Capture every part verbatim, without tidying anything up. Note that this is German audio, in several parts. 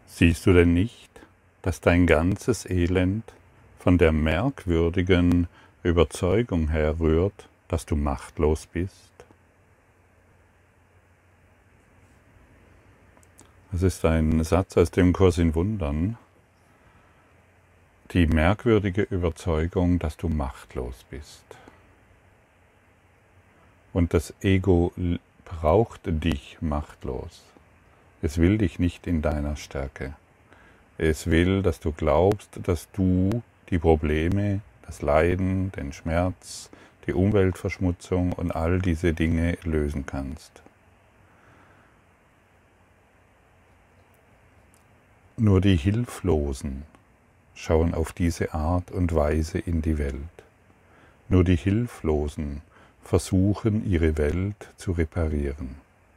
Siehst du denn nicht, dass dein ganzes Elend von der merkwürdigen Überzeugung herrührt, dass du machtlos bist? Das ist ein Satz aus dem Kurs in Wundern. Die merkwürdige Überzeugung, dass du machtlos bist. Und das Ego braucht dich machtlos. Es will dich nicht in deiner Stärke. Es will, dass du glaubst, dass du die Probleme, das Leiden, den Schmerz, die Umweltverschmutzung und all diese Dinge lösen kannst. Nur die Hilflosen schauen auf diese Art und Weise in die Welt. Nur die Hilflosen versuchen, ihre Welt zu reparieren.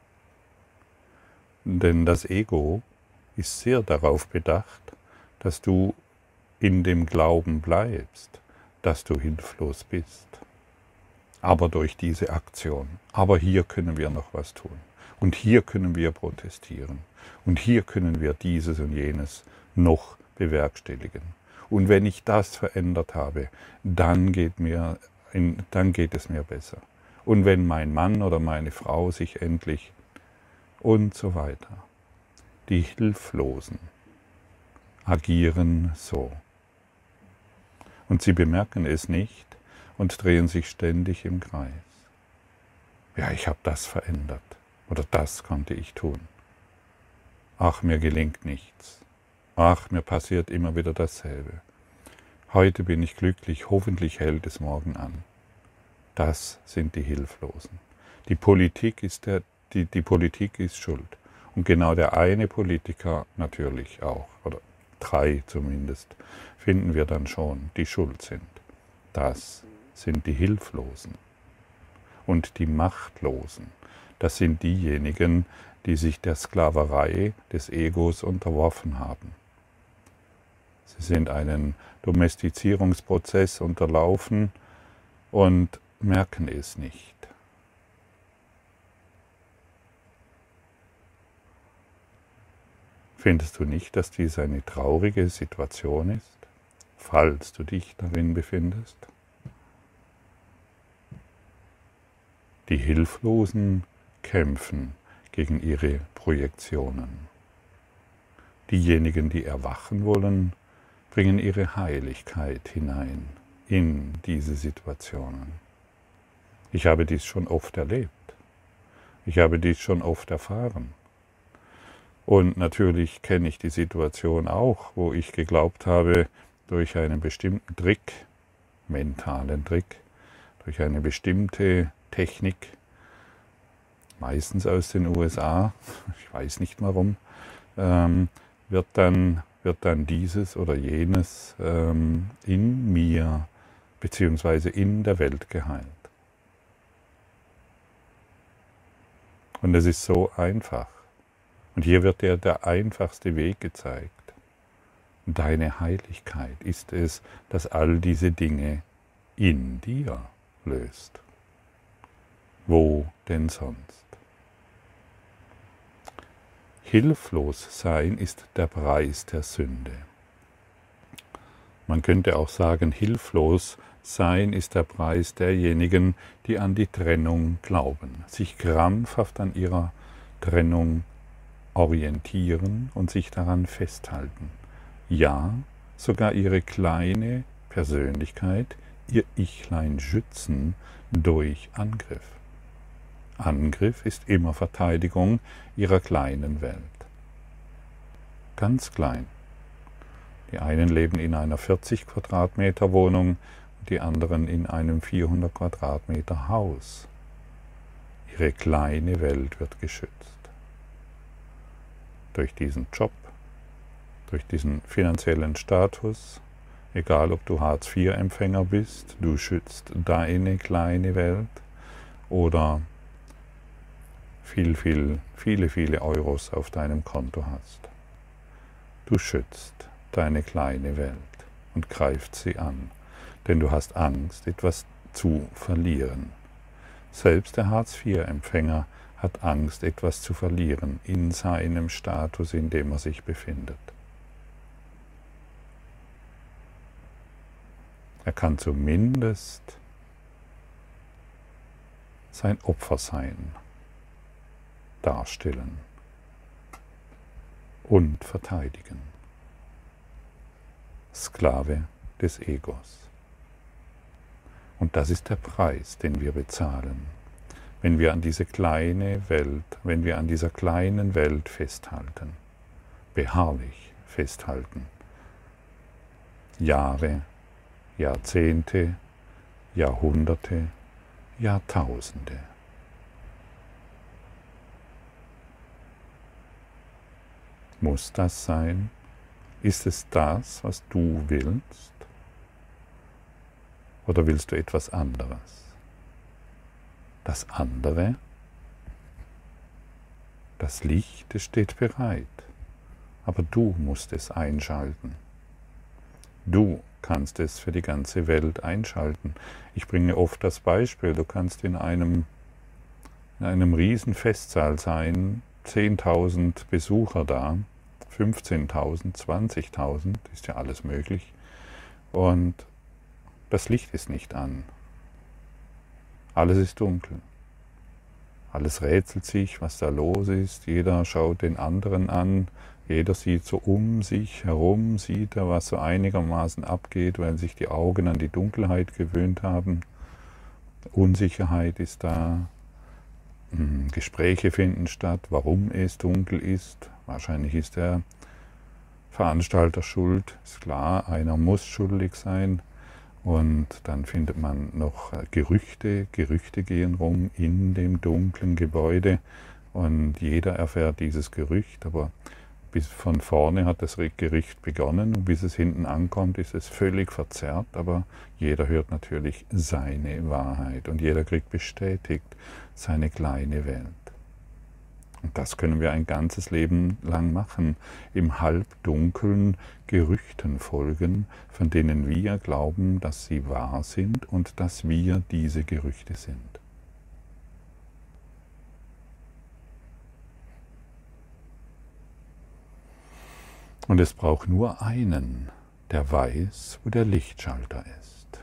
Denn das Ego ist sehr darauf bedacht, dass du in dem Glauben bleibst, dass du hilflos bist. Aber durch diese Aktion. Aber hier können wir noch was tun. Und hier können wir protestieren. Und hier können wir dieses und jenes noch bewerkstelligen. Und wenn ich das verändert habe, dann geht, mir in, dann geht es mir besser. Und wenn mein Mann oder meine Frau sich endlich und so weiter. Die Hilflosen agieren so. Und sie bemerken es nicht und drehen sich ständig im Kreis. Ja, ich habe das verändert oder das konnte ich tun. Ach, mir gelingt nichts. Ach, mir passiert immer wieder dasselbe. Heute bin ich glücklich, hoffentlich hält es morgen an. Das sind die Hilflosen. Die Politik ist, der, die, die Politik ist schuld. Und genau der eine Politiker natürlich auch, oder drei zumindest, finden wir dann schon, die schuld sind. Das sind die Hilflosen. Und die Machtlosen, das sind diejenigen, die sich der Sklaverei des Egos unterworfen haben. Sie sind einen Domestizierungsprozess unterlaufen und merken es nicht. Findest du nicht, dass dies eine traurige Situation ist, falls du dich darin befindest? Die Hilflosen kämpfen gegen ihre Projektionen. Diejenigen, die erwachen wollen, bringen ihre Heiligkeit hinein in diese Situationen. Ich habe dies schon oft erlebt. Ich habe dies schon oft erfahren. Und natürlich kenne ich die Situation auch, wo ich geglaubt habe, durch einen bestimmten Trick, mentalen Trick, durch eine bestimmte Technik, meistens aus den U S A, ich weiß nicht warum, ähm, wird, dann, wird dann dieses oder jenes ähm, in mir bzw. in der Welt geheilt. Und es ist so einfach. Und hier wird dir der einfachste Weg gezeigt. Deine Heiligkeit ist es, dass all diese Dinge in dir löst. Wo denn sonst? Hilflos sein ist der Preis der Sünde. Man könnte auch sagen, hilflos sein ist der Preis derjenigen, die an die Trennung glauben, sich krampfhaft an ihrer Trennung orientieren und sich daran festhalten. Ja, sogar ihre kleine Persönlichkeit, ihr Ichlein schützen durch Angriff. Angriff ist immer Verteidigung ihrer kleinen Welt. Ganz klein. Die einen leben in einer vierzig Quadratmeter Wohnung, die anderen in einem vierhundert Quadratmeter Haus. Ihre kleine Welt wird geschützt. Durch diesen Job, durch diesen finanziellen Status, egal ob du Hartz vier Empfänger bist, du schützt deine kleine Welt oder viel, viel, viele, viele Euros auf deinem Konto hast. Du schützt deine kleine Welt und greifst sie an, denn du hast Angst, etwas zu verlieren. Selbst der Hartz vier Empfänger hat Angst, etwas zu verlieren in seinem Status, in dem er sich befindet. Er kann zumindest sein Opfersein darstellen und verteidigen. Sklave des Egos. Und das ist der Preis, den wir bezahlen, wenn wir an diese kleine Welt, wenn wir an dieser kleinen Welt festhalten, beharrlich festhalten. Jahre, Jahrzehnte, Jahrhunderte, Jahrtausende. Muss das sein? Ist es das, was du willst? Oder willst du etwas anderes? Das andere, das Licht, es steht bereit, aber du musst es einschalten. Du kannst es für die ganze Welt einschalten. Ich bringe oft das Beispiel, du kannst in einem, in einem riesen Festsaal sein, zehntausend Besucher da, fünfzehntausend, zwanzigtausend, ist ja alles möglich, und das Licht ist nicht an. Alles ist dunkel. Alles rätselt sich, was da los ist. Jeder schaut den anderen an. Jeder sieht so um sich herum, sieht er, was so einigermaßen abgeht, weil sich die Augen an die Dunkelheit gewöhnt haben. Unsicherheit ist da. Gespräche finden statt, warum es dunkel ist. Wahrscheinlich ist der Veranstalter schuld. Ist klar, einer muss schuldig sein. Und dann findet man noch Gerüchte, Gerüchte gehen rum in dem dunklen Gebäude und jeder erfährt dieses Gerücht, aber bis von vorne hat das Gerücht begonnen und bis es hinten ankommt, ist es völlig verzerrt, aber jeder hört natürlich seine Wahrheit und jeder kriegt bestätigt seine kleine Welt. Und das können wir ein ganzes Leben lang machen, im halbdunkeln Gerüchten folgen, von denen wir glauben, dass sie wahr sind und dass wir diese Gerüchte sind. Und es braucht nur einen, der weiß, wo der Lichtschalter ist.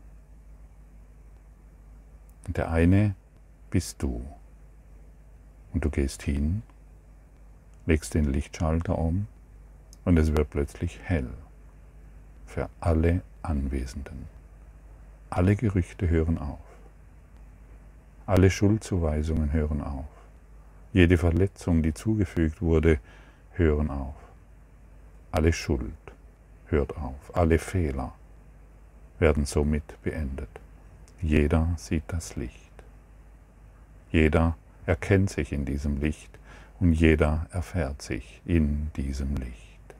Und der eine bist du. Und du gehst hin, legst den Lichtschalter um und es wird plötzlich hell für alle Anwesenden. Alle Gerüchte hören auf. Alle Schuldzuweisungen hören auf. Jede Verletzung, die zugefügt wurde, hören auf. Alle Schuld hört auf. Alle Fehler werden somit beendet. Jeder sieht das Licht. Jeder erkennt sich in diesem Licht und jeder erfährt sich in diesem Licht.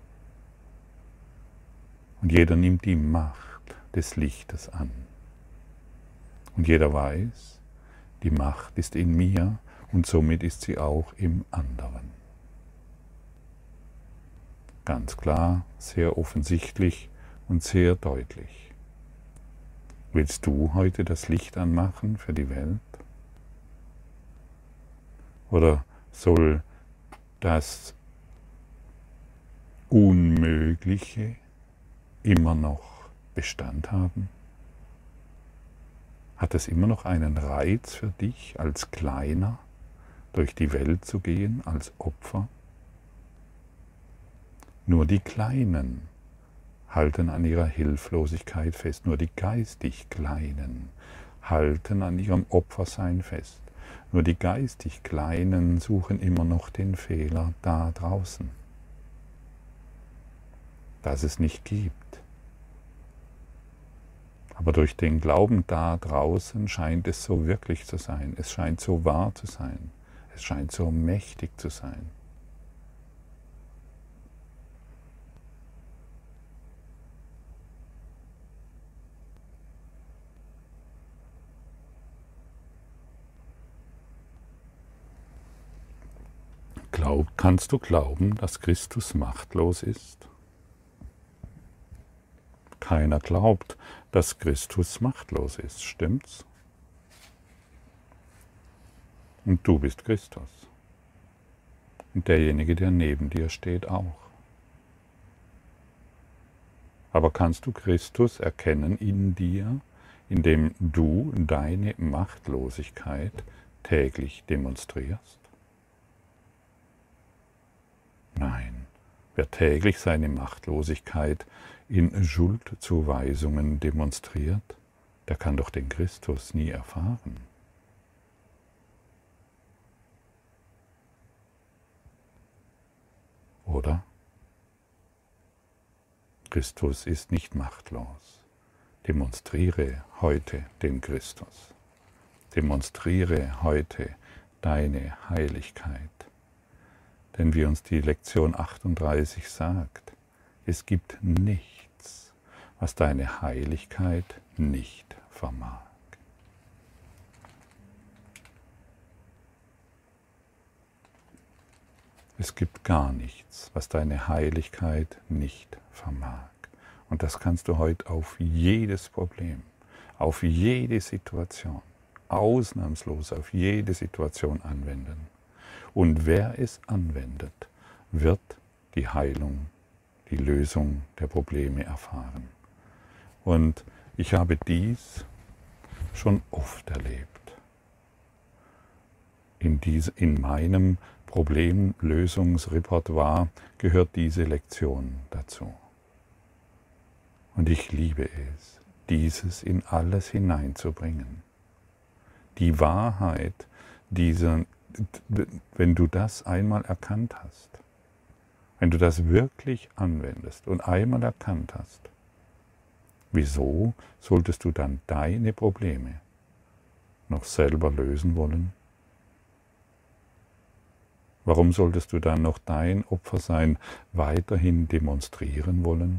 Und jeder nimmt die Macht des Lichtes an. Und jeder weiß, die Macht ist in mir und somit ist sie auch im anderen. Ganz klar, sehr offensichtlich und sehr deutlich. Willst du heute das Licht anmachen für die Welt? Oder soll das Unmögliche immer noch Bestand haben? Hat es immer noch einen Reiz für dich, als Kleiner durch die Welt zu gehen, als Opfer? Nur die Kleinen halten an ihrer Hilflosigkeit fest, nur die geistig Kleinen halten an ihrem Opfersein fest. Nur die geistig Kleinen suchen immer noch den Fehler da draußen, das es nicht gibt. Aber durch den Glauben da draußen scheint es so wirklich zu sein. Es scheint so wahr zu sein. Es scheint so mächtig zu sein. Glaub, kannst du glauben, dass Christus machtlos ist? Keiner glaubt, dass Christus machtlos ist, stimmt's? Und du bist Christus. Und derjenige, der neben dir steht, auch. Aber kannst du Christus erkennen in dir, indem du deine Machtlosigkeit täglich demonstrierst? Nein, wer täglich seine Machtlosigkeit in Schuldzuweisungen demonstriert, der kann doch den Christus nie erfahren. Oder? Christus ist nicht machtlos. Demonstriere heute den Christus. Demonstriere heute deine Heiligkeit. Denn wie uns die Lektion achtunddreißig sagt, es gibt nichts, was deine Heiligkeit nicht vermag. Es gibt gar nichts, was deine Heiligkeit nicht vermag. Und das kannst du heute auf jedes Problem, auf jede Situation, ausnahmslos auf jede Situation anwenden. Und wer es anwendet, wird die Heilung, die Lösung der Probleme erfahren. Und ich habe dies schon oft erlebt. In, diese, in meinem Problemlösungsrepertoire gehört diese Lektion dazu. Und ich liebe es, dieses in alles hineinzubringen. Die Wahrheit dieser, wenn du das einmal erkannt hast, wenn du das wirklich anwendest und einmal erkannt hast, wieso solltest du dann deine Probleme noch selber lösen wollen? Warum solltest du dann noch dein Opfersein weiterhin demonstrieren wollen?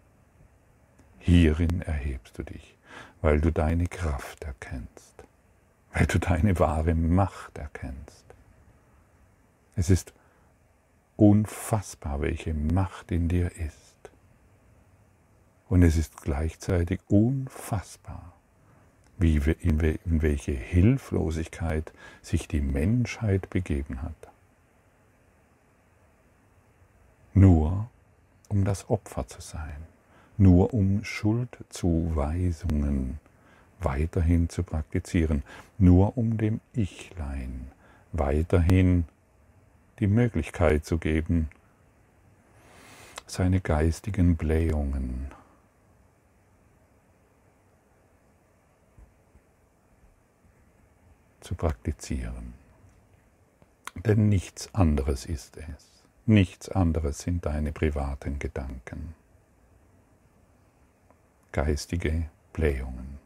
Hierin erhebst du dich, weil du deine Kraft erkennst, weil du deine wahre Macht erkennst. Es ist unfassbar, welche Macht in dir ist. Und es ist gleichzeitig unfassbar, wie in welche Hilflosigkeit sich die Menschheit begeben hat. Nur um das Opfer zu sein, nur um Schuldzuweisungen weiterhin zu praktizieren, nur um dem Ichlein weiterhin die Möglichkeit zu geben, seine geistigen Blähungen zu praktizieren. Denn nichts anderes ist es. Nichts anderes sind deine privaten Gedanken. Geistige Blähungen.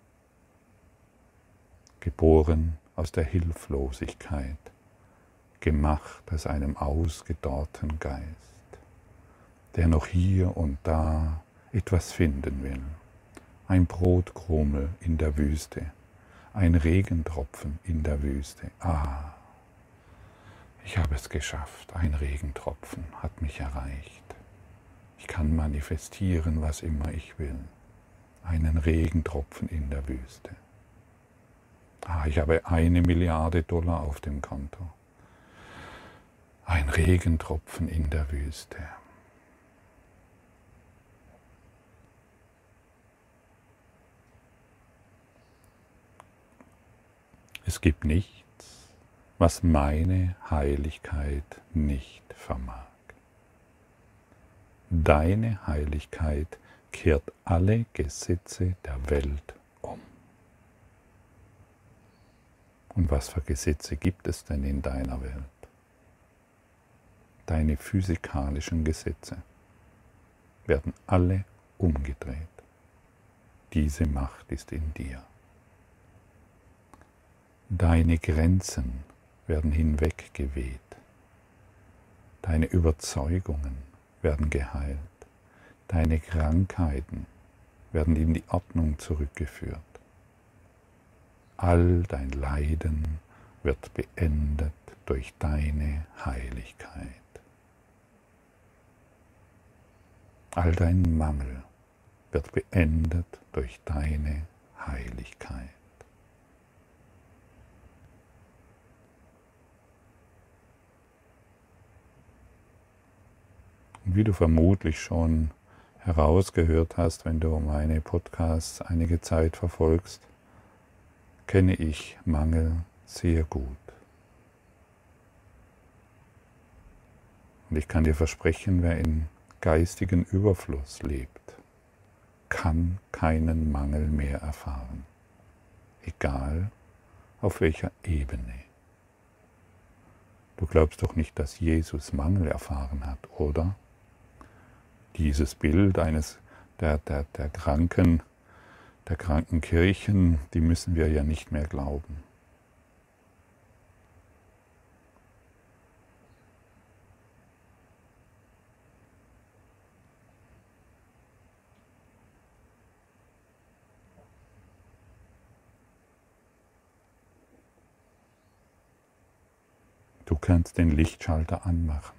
Geboren aus der Hilflosigkeit, gemacht aus einem ausgedorrten Geist, der noch hier und da etwas finden will. Ein Brotkrummel in der Wüste, ein Regentropfen in der Wüste. Ah, ich habe es geschafft, ein Regentropfen hat mich erreicht. Ich kann manifestieren, was immer ich will. Einen Regentropfen in der Wüste. Ah, ich habe eine Milliarde Dollar auf dem Konto. Ein Regentropfen in der Wüste. Es gibt nichts, was meine Heiligkeit nicht vermag. Deine Heiligkeit kehrt alle Gesetze der Welt um. Und was für Gesetze gibt es denn in deiner Welt? Deine physikalischen Gesetze werden alle umgedreht. Diese Macht ist in dir. Deine Grenzen werden hinweggeweht. Deine Überzeugungen werden geheilt. Deine Krankheiten werden in die Ordnung zurückgeführt. All dein Leiden wird beendet durch deine Heiligkeit. All dein Mangel wird beendet durch deine Heiligkeit. Und wie du vermutlich schon herausgehört hast, wenn du meine Podcasts einige Zeit verfolgst, kenne ich Mangel sehr gut. Und ich kann dir versprechen, wer in geistigen Überfluss lebt, kann keinen Mangel mehr erfahren, egal auf welcher Ebene. Du glaubst doch nicht, dass Jesus Mangel erfahren hat, oder? Dieses Bild eines der, der, der Kranken, der kranken Kirchen, die müssen wir ja nicht mehr glauben. Du kannst den Lichtschalter anmachen.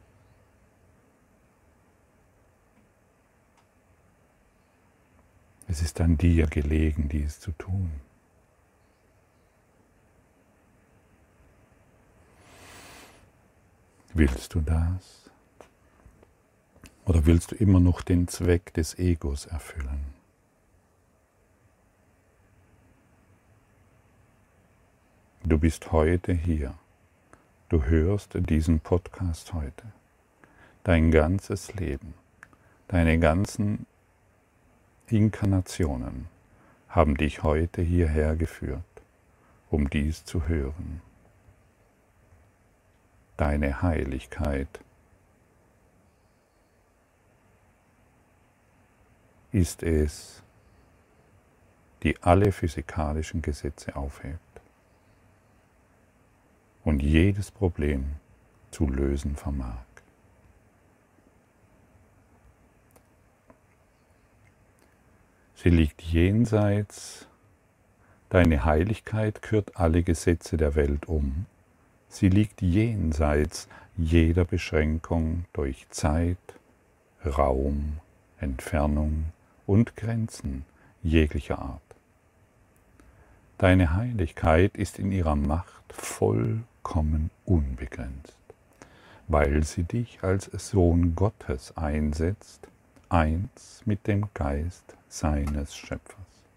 Es ist an dir gelegen, dies zu tun. Willst du das? Oder willst du immer noch den Zweck des Egos erfüllen? Du bist heute hier. Du hörst diesen Podcast heute. Dein ganzes Leben, deine ganzen Inkarnationen haben dich heute hierher geführt, um dies zu hören. Deine Heiligkeit ist es, die alle physikalischen Gesetze aufhebt und jedes Problem zu lösen vermag. Sie liegt jenseits, deine Heiligkeit kehrt alle Gesetze der Welt um. Sie liegt jenseits jeder Beschränkung durch Zeit, Raum, Entfernung und Grenzen jeglicher Art. Deine Heiligkeit ist in ihrer Macht vollkommen unbegrenzt, weil sie dich als Sohn Gottes einsetzt, eins mit dem Geist seines Schöpfers.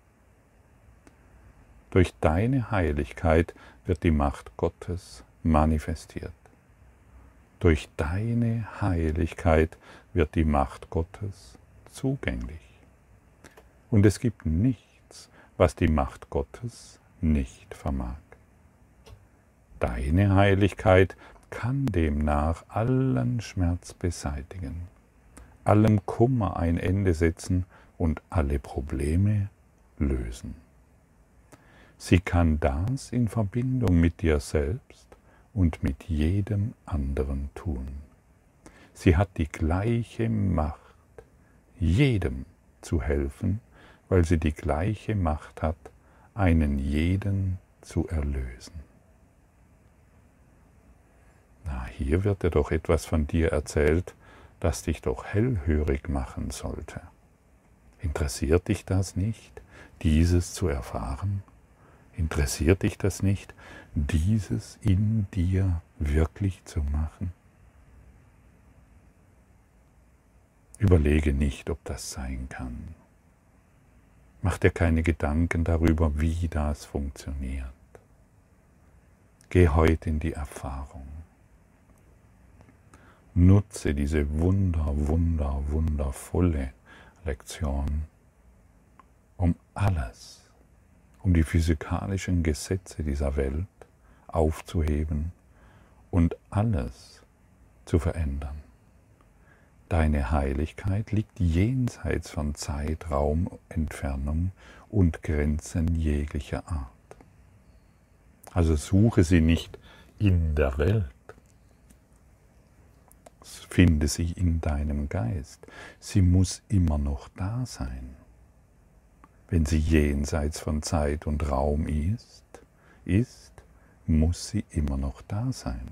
Durch deine Heiligkeit wird die Macht Gottes manifestiert. Durch deine Heiligkeit wird die Macht Gottes zugänglich. Und es gibt nichts, was die Macht Gottes nicht vermag. Deine Heiligkeit kann demnach allen Schmerz beseitigen, allem Kummer ein Ende setzen und alle Probleme lösen. Sie kann das in Verbindung mit dir selbst und mit jedem anderen tun. Sie hat die gleiche Macht, jedem zu helfen, weil sie die gleiche Macht hat, einen jeden zu erlösen. Na, hier wird dir doch etwas von dir erzählt, das dich doch hellhörig machen sollte. Interessiert dich das nicht, dieses zu erfahren? Interessiert dich das nicht, dieses in dir wirklich zu machen? Überlege nicht, ob das sein kann. Mach dir keine Gedanken darüber, wie das funktioniert. Geh heute in die Erfahrung. Nutze diese wunder, wunder, wundervolle Lektion, um alles, um die physikalischen Gesetze dieser Welt aufzuheben und alles zu verändern. Deine Heiligkeit liegt jenseits von Zeit, Raum, Entfernung und Grenzen jeglicher Art. Also suche sie nicht in der Welt, finde sie in deinem Geist. Sie muss immer noch da sein. Wenn sie jenseits von Zeit und Raum ist, ist, muss sie immer noch da sein.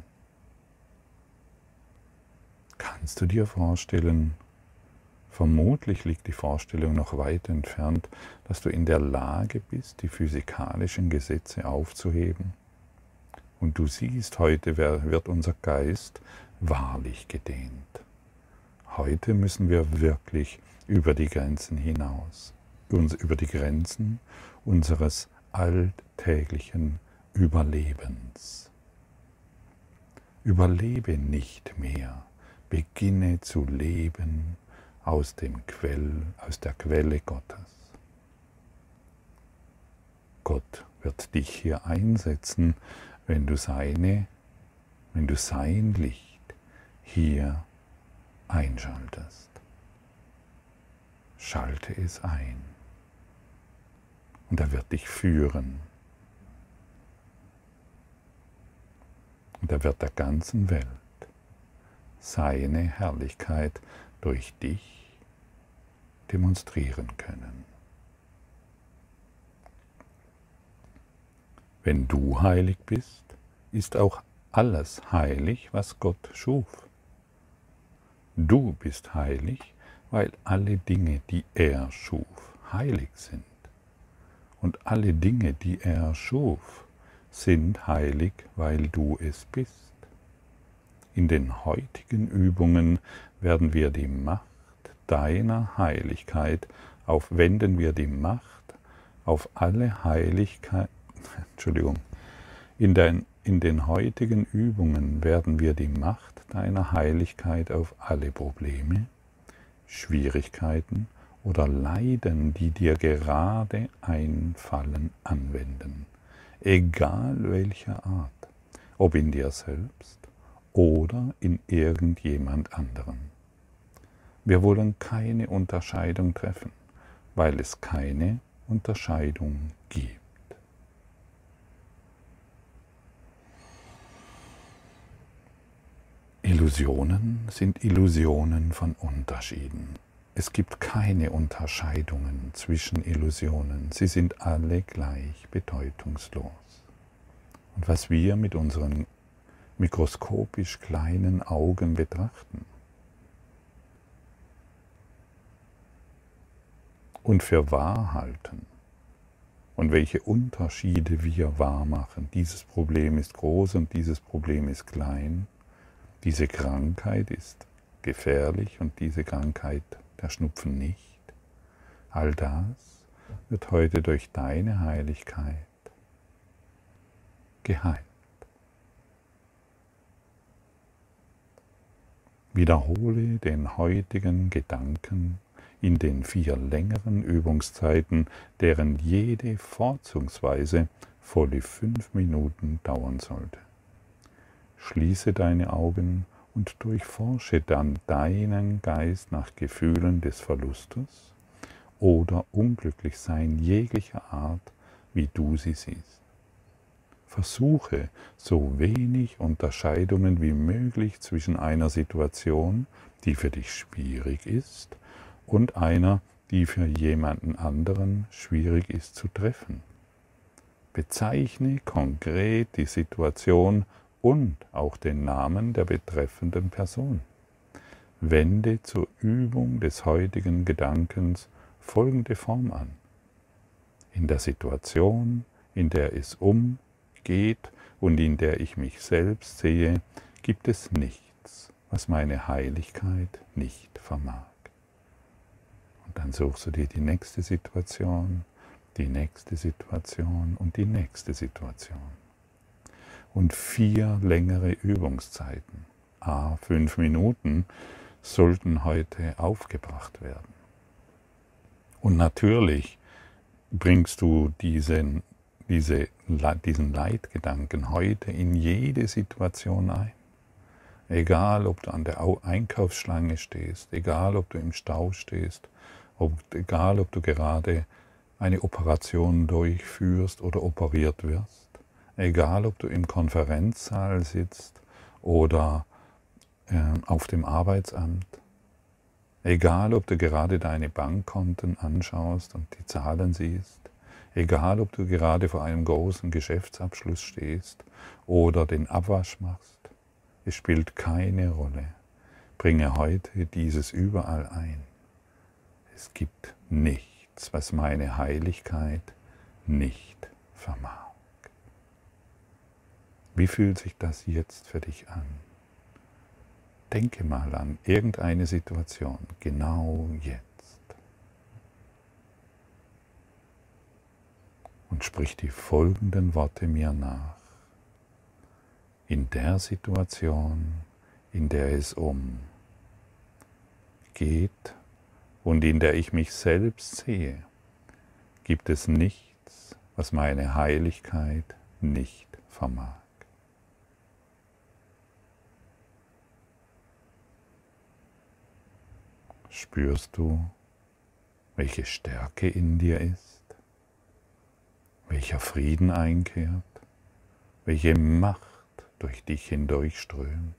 Kannst du dir vorstellen, vermutlich liegt die Vorstellung noch weit entfernt, dass du in der Lage bist, die physikalischen Gesetze aufzuheben? Und du siehst, heute wird unser Geist wahrlich gedehnt. Heute müssen wir wirklich über die Grenzen hinaus, über die Grenzen unseres alltäglichen Überlebens. Überlebe nicht mehr, beginne zu leben aus dem Quell, aus der Quelle Gottes. Gott wird dich hier einsetzen, wenn du seine, wenn du sein Licht hier einschaltest. Schalte es ein und er wird dich führen. Und er wird der ganzen Welt seine Herrlichkeit durch dich demonstrieren können. Wenn du heilig bist, ist auch alles heilig, was Gott schuf. Du bist heilig, weil alle Dinge, die er schuf, heilig sind. Und alle Dinge, die er schuf, sind heilig, weil du es bist. In den heutigen Übungen werden wir die Macht deiner Heiligkeit auf, wenden wir die Macht auf alle Heiligkeit, Entschuldigung, in den, in den heutigen Übungen werden wir die Macht deiner Heiligkeit auf alle Probleme, Schwierigkeiten oder Leiden, die dir gerade einfallen, anwenden. Egal welcher Art, ob in dir selbst oder in irgendjemand anderem. Wir wollen keine Unterscheidung treffen, weil es keine Unterscheidung gibt. Illusionen sind Illusionen von Unterschieden. Es gibt keine Unterscheidungen zwischen Illusionen. Sie sind alle gleich bedeutungslos. Und was wir mit unseren mikroskopisch kleinen Augen betrachten und für wahr halten und welche Unterschiede wir wahr machen, dieses Problem ist groß und dieses Problem ist klein, diese Krankheit ist gefährlich und diese Krankheit, der Schnupfen nicht. All das wird heute durch deine Heiligkeit geheilt. Wiederhole den heutigen Gedanken in den vier längeren Übungszeiten, deren jede vorzugsweise volle fünf Minuten dauern sollte. Schließe deine Augen und durchforsche dann deinen Geist nach Gefühlen des Verlustes oder Unglücklichsein jeglicher Art, wie du sie siehst. Versuche, so wenig Unterscheidungen wie möglich zwischen einer Situation, die für dich schwierig ist, und einer, die für jemanden anderen schwierig ist, zu treffen. Bezeichne konkret die Situation und auch den Namen der betreffenden Person. Wende zur Übung des heutigen Gedankens folgende Form an. In der Situation, in der es umgeht und in der ich mich selbst sehe, gibt es nichts, was meine Heiligkeit nicht vermag. Und dann suchst du dir die nächste Situation, die nächste Situation und die nächste Situation. Und vier längere Übungszeiten, a fünf Minuten, sollten heute aufgebracht werden. Und natürlich bringst du diesen, diese, diesen Leitgedanken heute in jede Situation ein. Egal, ob du an der Einkaufsschlange stehst, egal, ob du im Stau stehst, ob, egal, ob du gerade eine Operation durchführst oder operiert wirst, egal, ob du im Konferenzsaal sitzt oder äh, auf dem Arbeitsamt, egal, ob du gerade deine Bankkonten anschaust und die Zahlen siehst, egal, ob du gerade vor einem großen Geschäftsabschluss stehst oder den Abwasch machst, es spielt keine Rolle. Bringe heute dieses überall ein. Es gibt nichts, was meine Heiligkeit nicht vermag. Wie fühlt sich das jetzt für dich an? Denke mal an irgendeine Situation, genau jetzt. Und sprich die folgenden Worte mir nach. In der Situation, in der es um geht und in der ich mich selbst sehe, gibt es nichts, was meine Heiligkeit nicht vermag. Spürst du, welche Stärke in dir ist, welcher Frieden einkehrt, welche Macht durch dich hindurchströmt?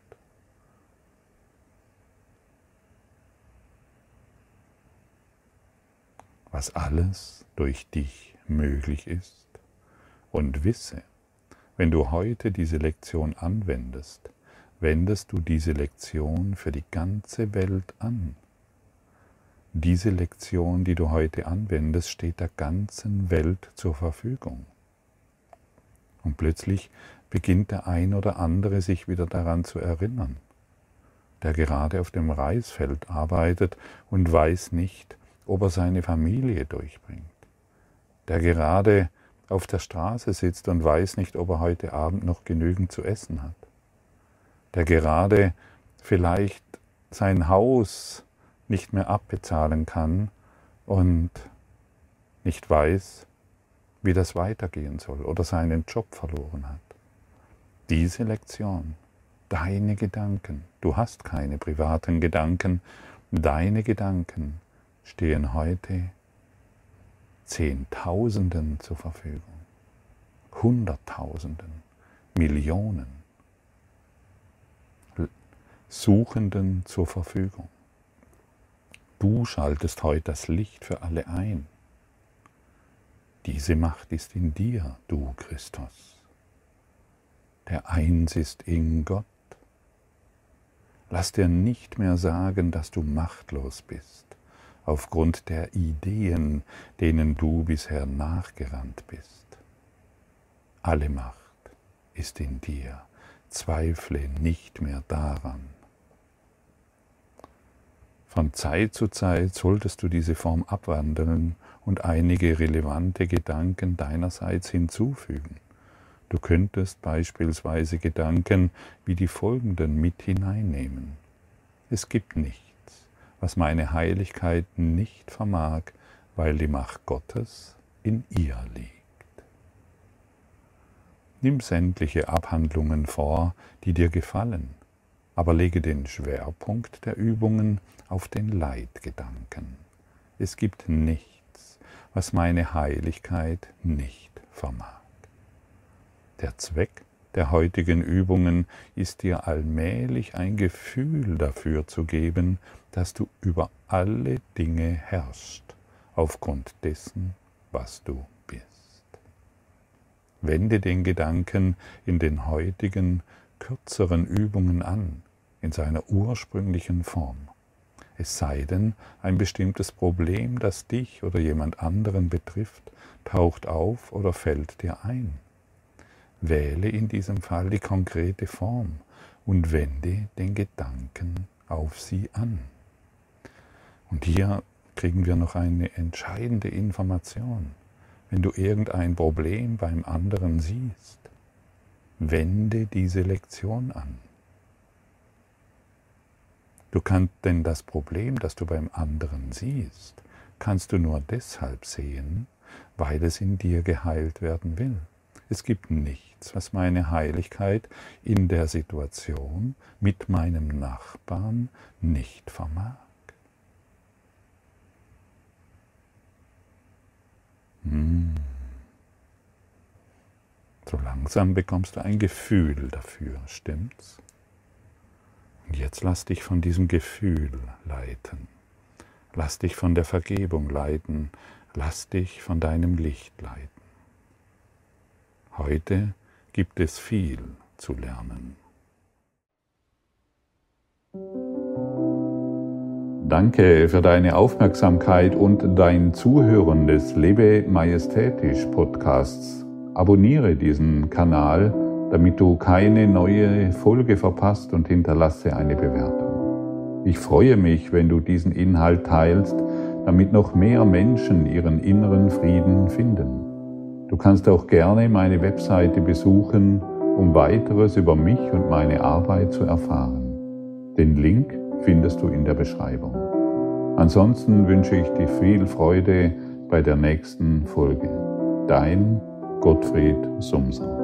Was alles durch dich möglich ist? Und wisse, wenn du heute diese Lektion anwendest, wendest du diese Lektion für die ganze Welt an. Diese Lektion, die du heute anwendest, steht der ganzen Welt zur Verfügung. Und plötzlich beginnt der ein oder andere sich wieder daran zu erinnern, der gerade auf dem Reisfeld arbeitet und weiß nicht, ob er seine Familie durchbringt, der gerade auf der Straße sitzt und weiß nicht, ob er heute Abend noch genügend zu essen hat, der gerade vielleicht sein Haus nicht mehr abbezahlen kann und nicht weiß, wie das weitergehen soll oder seinen Job verloren hat. Diese Lektion, deine Gedanken, du hast keine privaten Gedanken, deine Gedanken stehen heute Zehntausenden zur Verfügung, Hunderttausenden, Millionen Suchenden zur Verfügung. Du schaltest heute das Licht für alle ein. Diese Macht ist in dir, du Christus, der eins ist in Gott. Lass dir nicht mehr sagen, dass du machtlos bist, aufgrund der Ideen, denen du bisher nachgerannt bist. Alle Macht ist in dir, zweifle nicht mehr daran. Von Zeit zu Zeit solltest du diese Form abwandeln und einige relevante Gedanken deinerseits hinzufügen. Du könntest beispielsweise Gedanken wie die folgenden mit hineinnehmen. Es gibt nichts, was meine Heiligkeit nicht vermag, weil die Macht Gottes in ihr liegt. Nimm sämtliche Abhandlungen vor, die dir gefallen, aber lege den Schwerpunkt der Übungen auf den Leitgedanken. Es gibt nichts, was meine Heiligkeit nicht vermag. Der Zweck der heutigen Übungen ist dir allmählich ein Gefühl dafür zu geben, dass du über alle Dinge herrschst, aufgrund dessen, was du bist. Wende den Gedanken in den heutigen, kürzeren Übungen an, in seiner ursprünglichen Form. Es sei denn, ein bestimmtes Problem, das dich oder jemand anderen betrifft, taucht auf oder fällt dir ein. Wähle in diesem Fall die konkrete Form und wende den Gedanken auf sie an. Und hier kriegen wir noch eine entscheidende Information. Wenn du irgendein Problem beim anderen siehst, wende diese Lektion an. Du kannst denn das Problem, das du beim anderen siehst, kannst du nur deshalb sehen, weil es in dir geheilt werden will. Es gibt nichts, was meine Heiligkeit in der Situation mit meinem Nachbarn nicht vermag. Hm. So langsam bekommst du ein Gefühl dafür, stimmt's? Und jetzt lass dich von diesem Gefühl leiten. Lass dich von der Vergebung leiten. Lass dich von deinem Licht leiten. Heute gibt es viel zu lernen. Danke für deine Aufmerksamkeit und dein Zuhören des Lebe Majestätisch Podcasts. Abonniere diesen Kanal, damit du keine neue Folge verpasst, und hinterlasse eine Bewertung. Ich freue mich, wenn du diesen Inhalt teilst, damit noch mehr Menschen ihren inneren Frieden finden. Du kannst auch gerne meine Webseite besuchen, um weiteres über mich und meine Arbeit zu erfahren. Den Link findest du in der Beschreibung. Ansonsten wünsche ich dir viel Freude bei der nächsten Folge. Dein Gottfried Sumser.